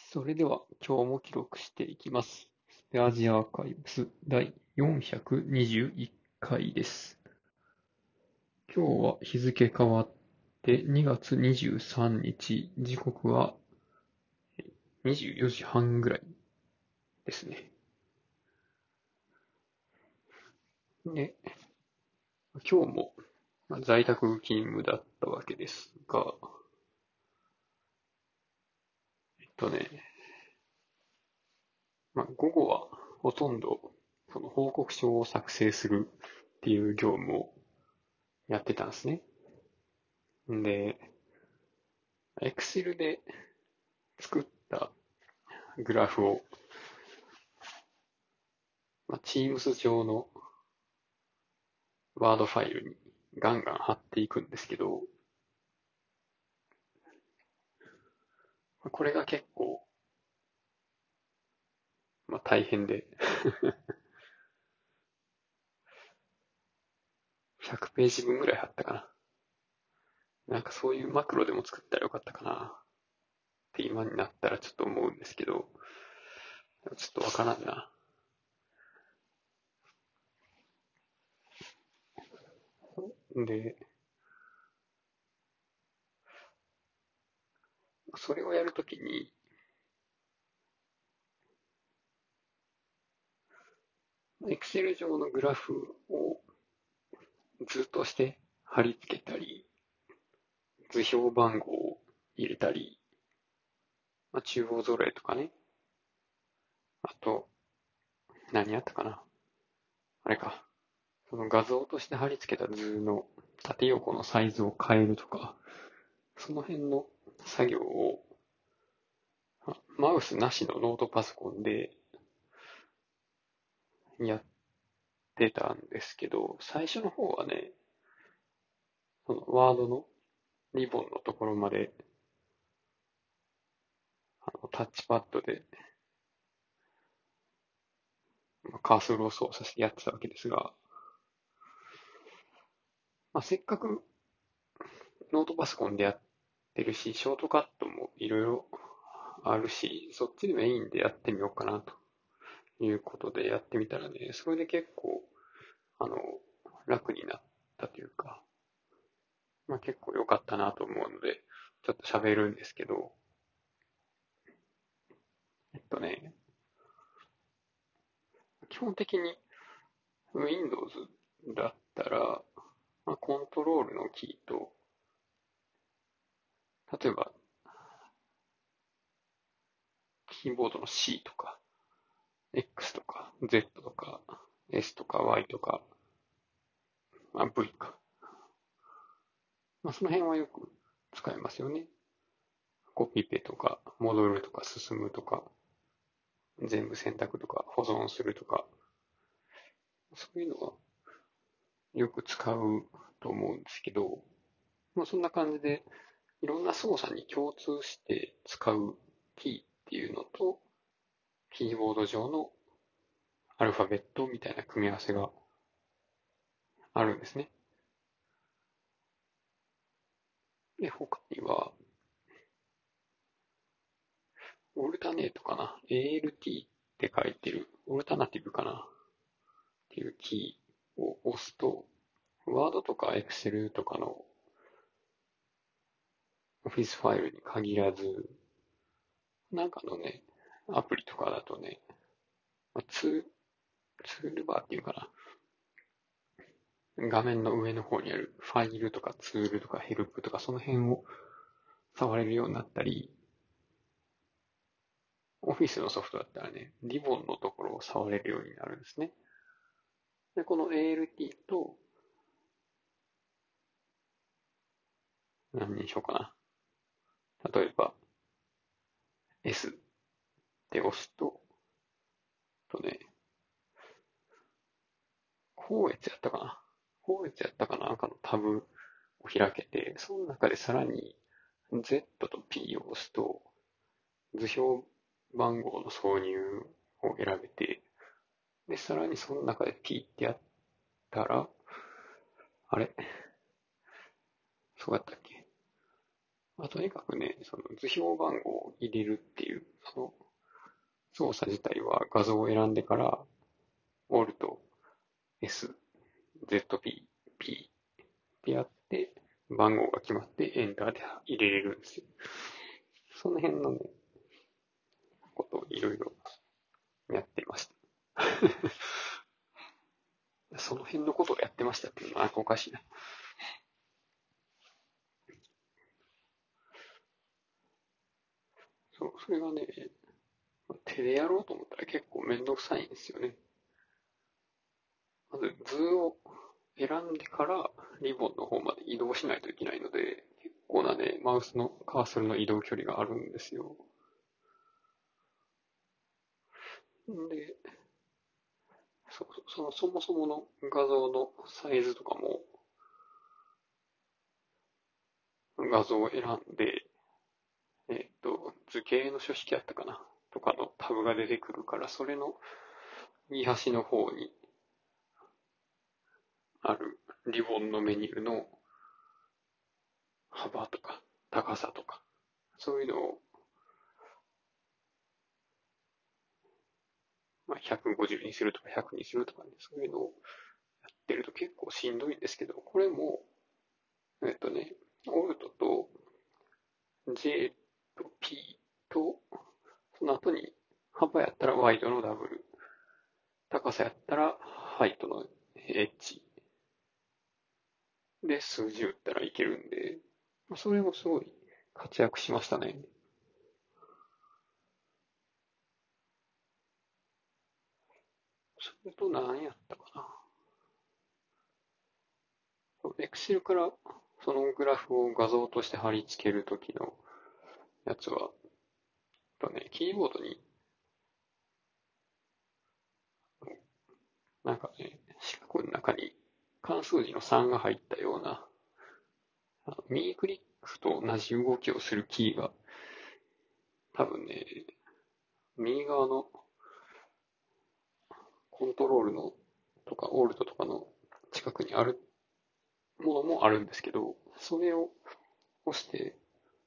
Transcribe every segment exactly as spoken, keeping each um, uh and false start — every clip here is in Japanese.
それでは今日も記録していきます。スペアジアーカイブス第よんひゃくにじゅういっかいです。今日は日付変わってにがつにじゅうさんにち、時刻はにじゅうよじはんぐらいですね。で、今日も在宅勤務だったわけですが、えっとね、まあ、午後はほとんどその報告書を作成するっていう業務をやってたんですね。んで、Excel で作ったグラフを、まあ、Teams 上のワードファイルにガンガン貼っていくんですけど、これが結構、まあ、大変でひゃくページ分ぐらい貼ったかな。なんかそういうマクロでも作ったらよかったかなって今になったらちょっと思うんですけど、ちょっとわからんな。で、それをやるときに、Excel 上のグラフを図として貼り付けたり、図表番号を入れたり、まあ、中央揃えとかね。あと、何やったかな。あれか。その画像として貼り付けた図の縦横のサイズを変えるとか、その辺の作業をマウスなしのノートパソコンでやってたんですけど、最初の方はね、そのワードのリボンのところまであのタッチパッドでカーソルを操作してやってたわけですが、まあ、せっかくノートパソコンでやってるし、ショートカットもいろいろあるし、そっちでメインでやってみようかなということでやってみたらね、それで結構、あの、楽になったというか、まあ結構良かったなと思うので、ちょっと喋るんですけど、えっとね、基本的に Windows だったら、まあ、コントロールのキーと、例えばキーボードの C とか、X とか、Z とか、S とか Y とか、まあ、V か。まあ、その辺はよく使えますよね。コピペとか、戻るとか、進むとか、全部選択とか、保存するとか、そういうのはよく使うと思うんですけど、まあ、そんな感じで、いろんな操作に共通して使うキーっていうのと、キーボード上のアルファベットみたいな組み合わせがあるんですね。で、他には、オルタネートかな ?エーエルティー って書いてる、オルタナティブかなっていうキーを押すと、ワードとかエクセルとかのオフィスファイルに限らず、なんかのね、アプリとかだとね、ツー、ツールバーっていうかな、画面の上の方にあるファイルとかツールとかヘルプとかその辺を触れるようになったり、オフィスのソフトだったらね、リボンのところを触れるようになるんですね。で、この エーエルティー と、何にしようかな。例えば、S で押すと、とね、高越やったかな。高越やったかななんかのタブを開けて、その中でさらに Z と P を押すと、図表番号の挿入を選べて、で、さらにその中で P ってやったら、あれそうやったっけまあ、とにかくね、その図表番号を入れるっていう、その操作自体は画像を選んでから、Alt、S、ゼットピー、P ってやって、番号が決まってエンターで入れれるんですよ。その辺のね、ことをいろいろやってました。その辺のことをやってましたっていうのはなんかおかしいな。そう、それがね、手でやろうと思ったら結構めんどくさいんですよね。まず図を選んでからリボンの方まで移動しないといけないので、結構なね、マウスのカーソルの移動距離があるんですよ。んで、そそのそもそもの画像のサイズとかも画像を選んで、えっと、図形の書式やったかなとかのタブが出てくるから、それの右端の方にあるリボンのメニューの幅とか高さとか、そういうのを、まあ、ひゃくごじゅうにするとかひゃくにするとかね、そういうのをやってると結構しんどいんですけど、これも、えっとね、オルトと J と P と、その後に幅やったらワイドのダブル、高さやったらハイトの H で数字打ったらいけるんで、それもすごい活躍しましたね。それと何やったかな。Excel からそのグラフを画像として貼り付けるときのやつは、とね、キーボードになんかね、四角の中に関数字のさんが入ったような、右クリックと同じ動きをするキーが、多分ね、右側のコントロールのとか、オールトとかの近くにあるものもあるんですけど、それを押して、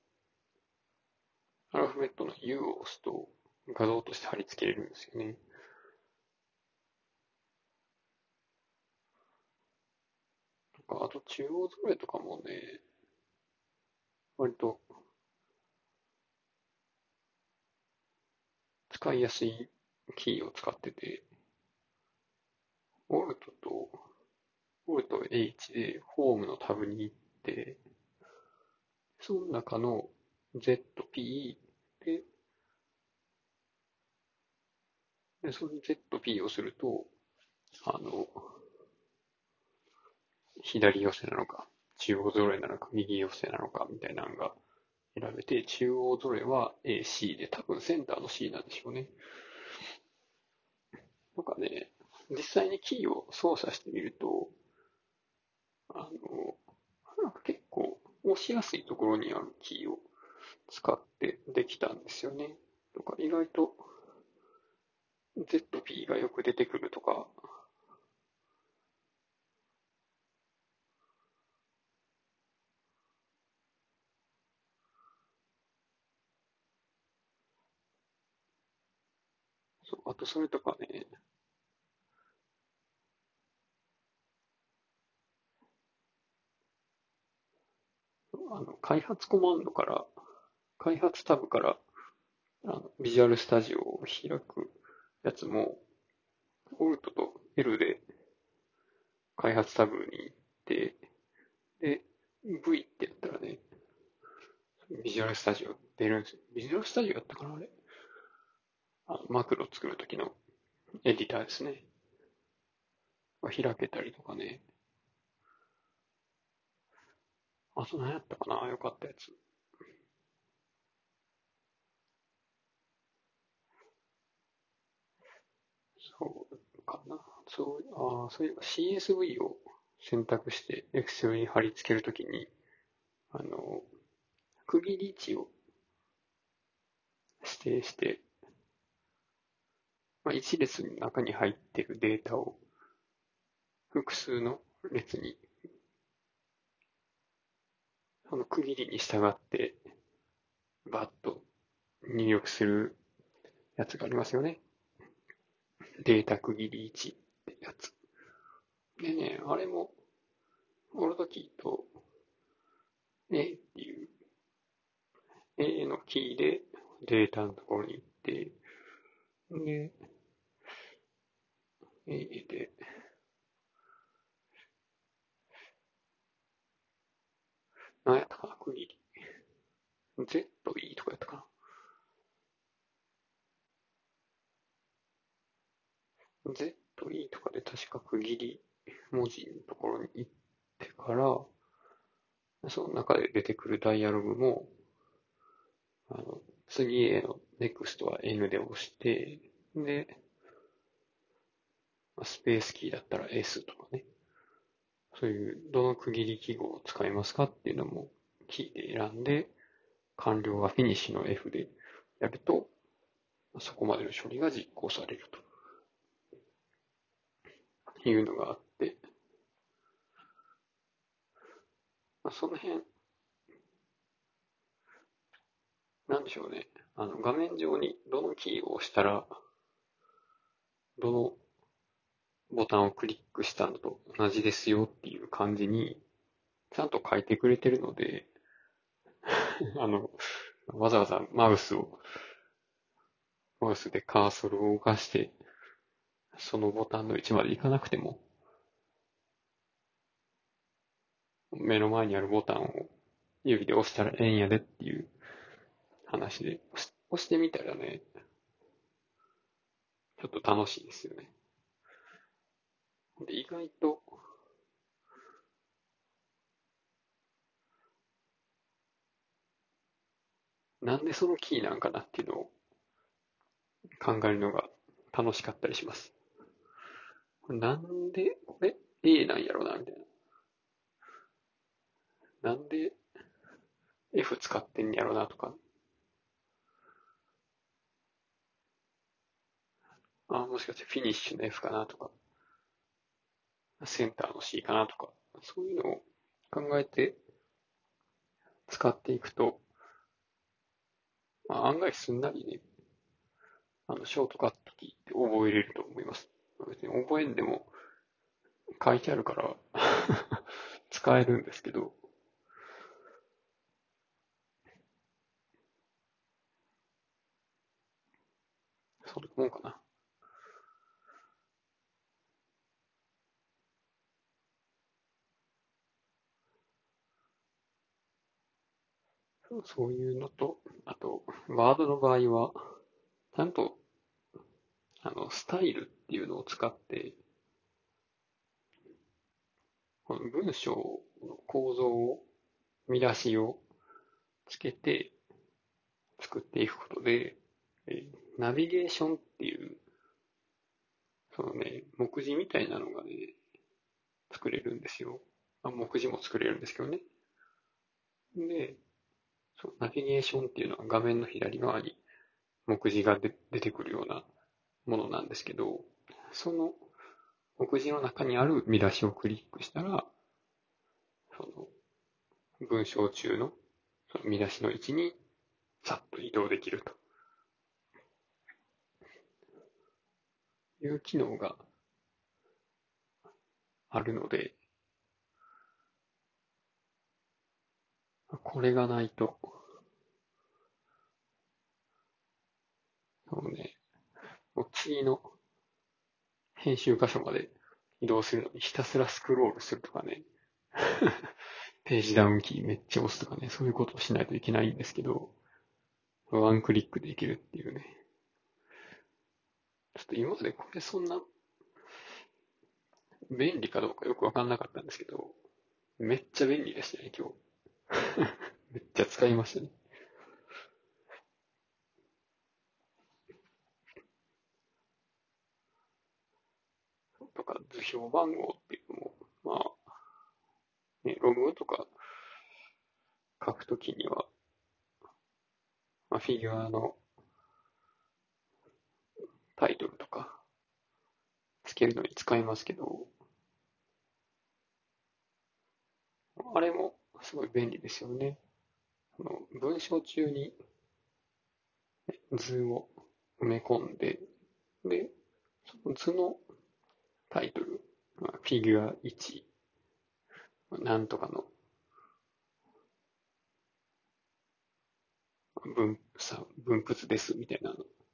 アルファベットの U を押すと画像として貼り付けれるんですよね。とか、あと中央揃えとかもね、割と使いやすいキーを使ってて、オルトと、オルト H でホームのタブに行って、その中の ゼットピー で、でその ゼットピー をすると、あの、左寄せなのか、中央揃えなのか、右寄せなのか、みたいなのが選べて、中央揃えは A、C で、多分センターの C なんでしょうね。なんかね、実際にキーを操作してみると、あの、なんか結構押しやすいところにあるキーを使ってできたんですよね。とか意外と ゼットピー がよく出てくるとか、そう、あとそれとかね、あの、開発コマンドから、開発タブから、あの、ビジュアルスタジオを開くやつも、オルトと L で開発タブに行って、で、V ってやったらね、ビジュアルスタジオ出るんですよ。ビジュアルスタジオやったかなあれ。あの、マクロ作るときのエディターですね。開けたりとかね。あと何やったかなよかったやつ。そうかな。そう、ああ、そういえば シーエスブイ を選択して Excel に貼り付けるときに、あの、区切り位置を指定して、まあ、一列の中に入っているデータを複数の列にその区切りに従って、バッと入力するやつがありますよね。データ区切りいちってやつ。でね、あれも、オルトキーと A っていう A のキーでデータのところに行って、で、A で、何やったかな、区切り。ゼットイー とかやったかな。ゼットイー とかで確か区切り文字のところに行ってから、その中で出てくるダイアログも、あの、次への NEXT は N で押して、で、スペースキーだったら S とかね、そういうどの区切り記号を使いますかっていうのもキーで選んで、完了がフィニッシュの F でやると、そこまでの処理が実行されるというのがあって、まあ、その辺、なんでしょうね。あの、画面上にどのキーを押したら、どのボタンをクリックしたのと同じですよっていう感じに、ちゃんと書いてくれてるので、あの、わざわざマウスを、マウスでカーソルを動かして、そのボタンの位置まで行かなくても、目の前にあるボタンを指で押したらええんやでっていう話で、押してみたらね、ちょっと楽しいですよね。で、意外と、なんでそのキーなんかなっていうのを考えるのが楽しかったりします。なんでこれ A なんやろなみたいな。なんで F 使ってんやろなとか。あ、もしかしてフィニッシュの F かなとか。センターの C かなとか。そういうのを考えて使っていくと、まあ、案外すんなりね、あの、ショートカットキーって覚えれると思います。別に覚えんでも書いてあるから使えるんですけど、そんなもんかな。そういうのと、あと、ワードの場合は、ちゃんと、あの、スタイルっていうのを使って、この文章の構造を、見出しをつけて作っていくことで、えナビゲーションっていう、そのね、目次みたいなのがね、作れるんですよ。あ、目次も作れるんですけどね。で、そのナビゲーションっていうのは画面の左側に目次がで出てくるようなものなんですけど、その目次の中にある見出しをクリックしたら、その文章中のその見出しの位置にさっと移動できるという機能があるので、これがないと、そうね、もう次の編集箇所まで移動するのにひたすらスクロールするとかね、ページダウンキーめっちゃ押すとかね、そういうことをしないといけないんですけど、ワンクリックできるっていうね。ちょっと今までこれそんな便利かどうかよくわかんなかったんですけど、めっちゃ便利でしたね、今日。めっちゃ使いましたね。とか、図表番号っていうのも、まあ、ね、ログとか書くときには、まあ、フィギュアのタイトルとかつけるのに使いますけど、あれもすごい便利ですよね。あの文章中に図を埋め込んで、で、その図のタイトル、まあ、フィギュアいち、なんとかの分さ分布図ですみたいなの、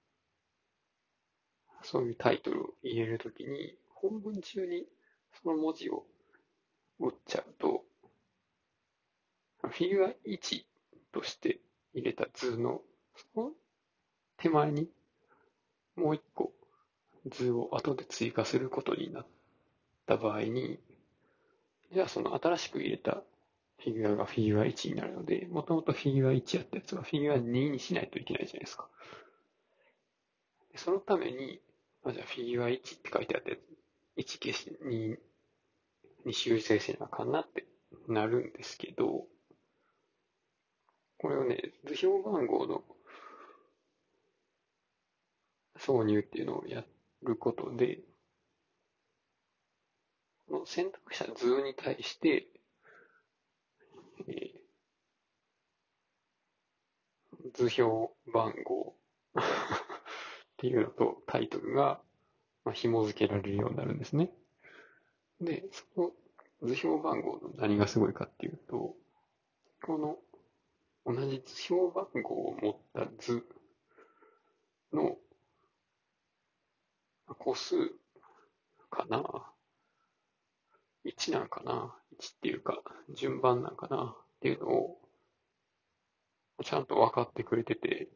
そういうタイトルを入れるときに、本文中にその文字を打っちゃうと、フィギュアいちとして入れた図の、その手前にもう一個図を後で追加することになった場合に、じゃあその新しく入れたフィギュアがフィギュアいちになるので、もともとフィギュアいちやったやつがフィギュアににしないといけないじゃないですか。そのために、あじゃあフィギュアいちって書いてあったやつ、いち消してにに修正せなあかんなってなるんですけど、これをね、図表番号の挿入っていうのをやることで、この選択した図に対して、えー図表番号っていうのとタイトルが、まあ、紐付けられるようになるんですね。で、その図表番号の何がすごいかっていうと、この同じ図表番号を持った図の個数かな ?いち なんかな ?いち っていうか、順番なんかなっていうのをちゃんと分かってくれてて、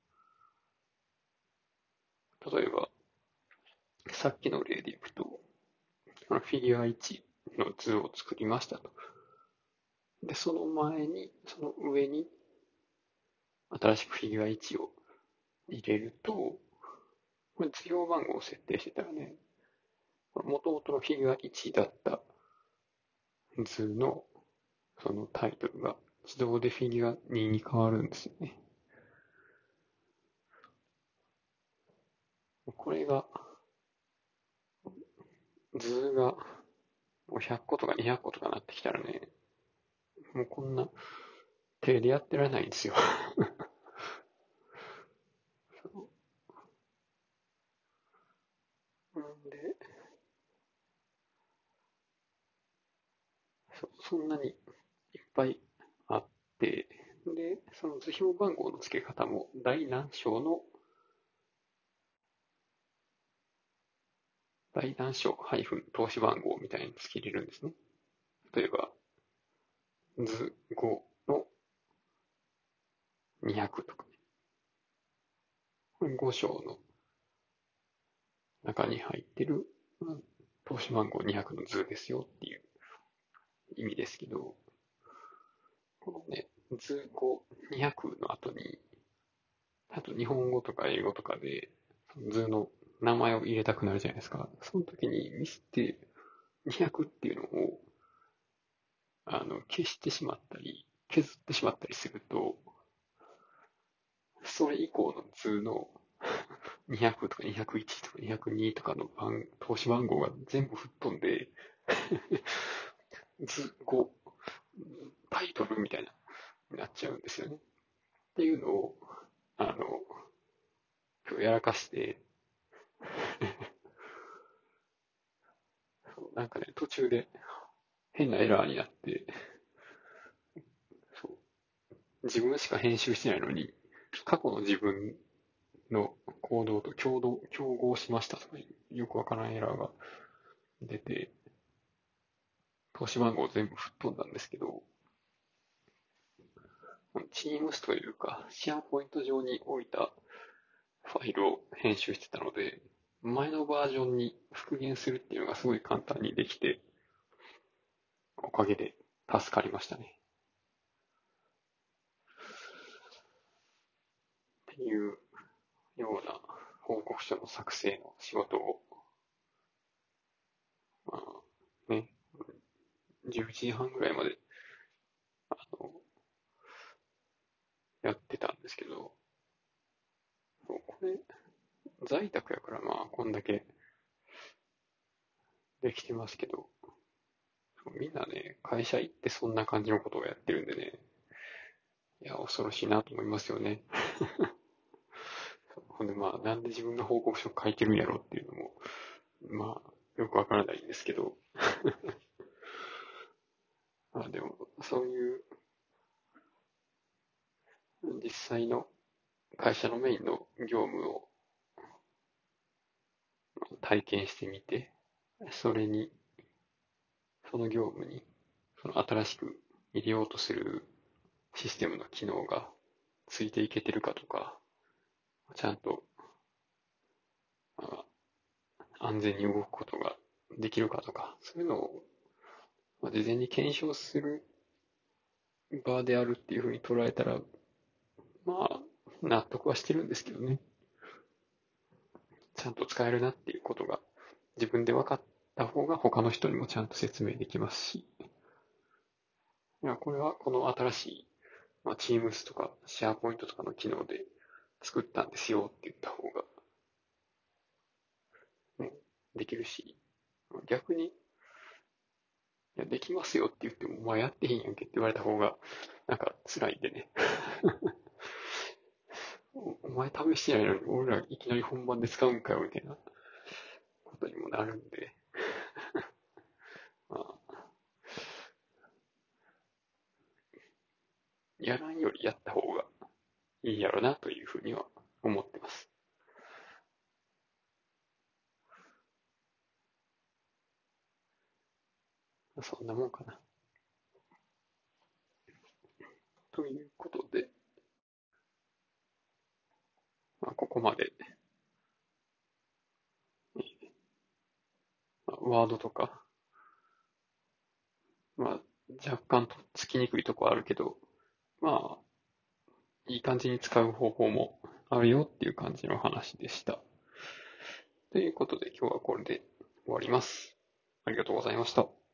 例えば、さっきの例でいくと、フィギュアいちの図を作りましたと。で、その前に、その上に、新しくフィギュアいちを入れると、これ図表番号を設定してたらね、もともとのフィギュアいちだった図の、そのタイトルが自動でフィギュアにに変わるんですよね。これが、図がもうひゃっことかにひゃっことかなってきたらね、もうこんな手でやってられないんですよ。なんでそ、そんなにいっぱいあって、で、その図表番号の付け方も第何章の第何章ハイフン投資番号みたいに付けれるんですね。例えば、図ごのにひゃくとか、これご章の中に入ってる、投資番号にひゃくの図ですよっていう意味ですけど、このね、図ごにひゃくの後に、あと日本語とか英語とかで図の名前を入れたくなるじゃないですか。その時にミスってにひゃくっていうのをあの消してしまったり、削ってしまったりすると、それ以降の図のにひゃくとかにひゃくいちとかにひゃくにとかの番投資番号が全部吹っ飛んで、図ご、タイトルみたいな、になっちゃうんですよね。っていうのを、あの、今日やらかして、なんかね、途中で変なエラーになって、そう自分しか編集してないのに、過去の自分の行動と共同、競合しましたとか、よくわからんエラーが出て、投資番号全部吹っ飛んだんですけど、Teams というか、シェアポイント上に置いたファイルを編集してたので、前のバージョンに復元するっていうのがすごい簡単にできて、おかげで助かりましたね。っていうような報告書の作成の仕事を、まあね、じゅういちじはんぐらいまであのやってたんですけど、これ、在宅やからまあこんだけできてますけど、 みんなね、会社行ってそんな感じのことをやってるんでね、いや、恐ろしいなと思いますよね。ほんでまあ、なんで自分の報告書書いてるんやろっていうのも、まあ、よくわからないんですけど、まあでも、そういう実際の会社のメインの業務を体験してみて、それに、その業務に、その新しく入れようとするシステムの機能がついていけてるかとか、ちゃんと、まあ、安全に動くことができるかとか、そういうのを、まあ、事前に検証する場であるっていうふうに捉えたら、まあ、納得はしてるんですけどね。ちゃんと使えるなっていうことが自分で分かった方が他の人にもちゃんと説明できますし、いや、これはこの新しい、まあ、Teams とか SharePoint とかの機能で作ったんですよって言った方が、ね、できるし、逆に、いや、できますよって言っても、お前やってへんやんけって言われた方が、なんか辛いんでね。おお前試してないのに、俺らいきなり本番で使うんかよみたいなことにもなるんで、まあ、やらんよりやった方がいいやろなというふうには思ってます。そんなもんかな。ということで、まあ、ここまで、まあ、ワードとか、まあ、若干とっつきにくいとこあるけど、まあ、いい感じに使う方法もあるよっていう感じの話でした。ということで今日はこれで終わります。ありがとうございました。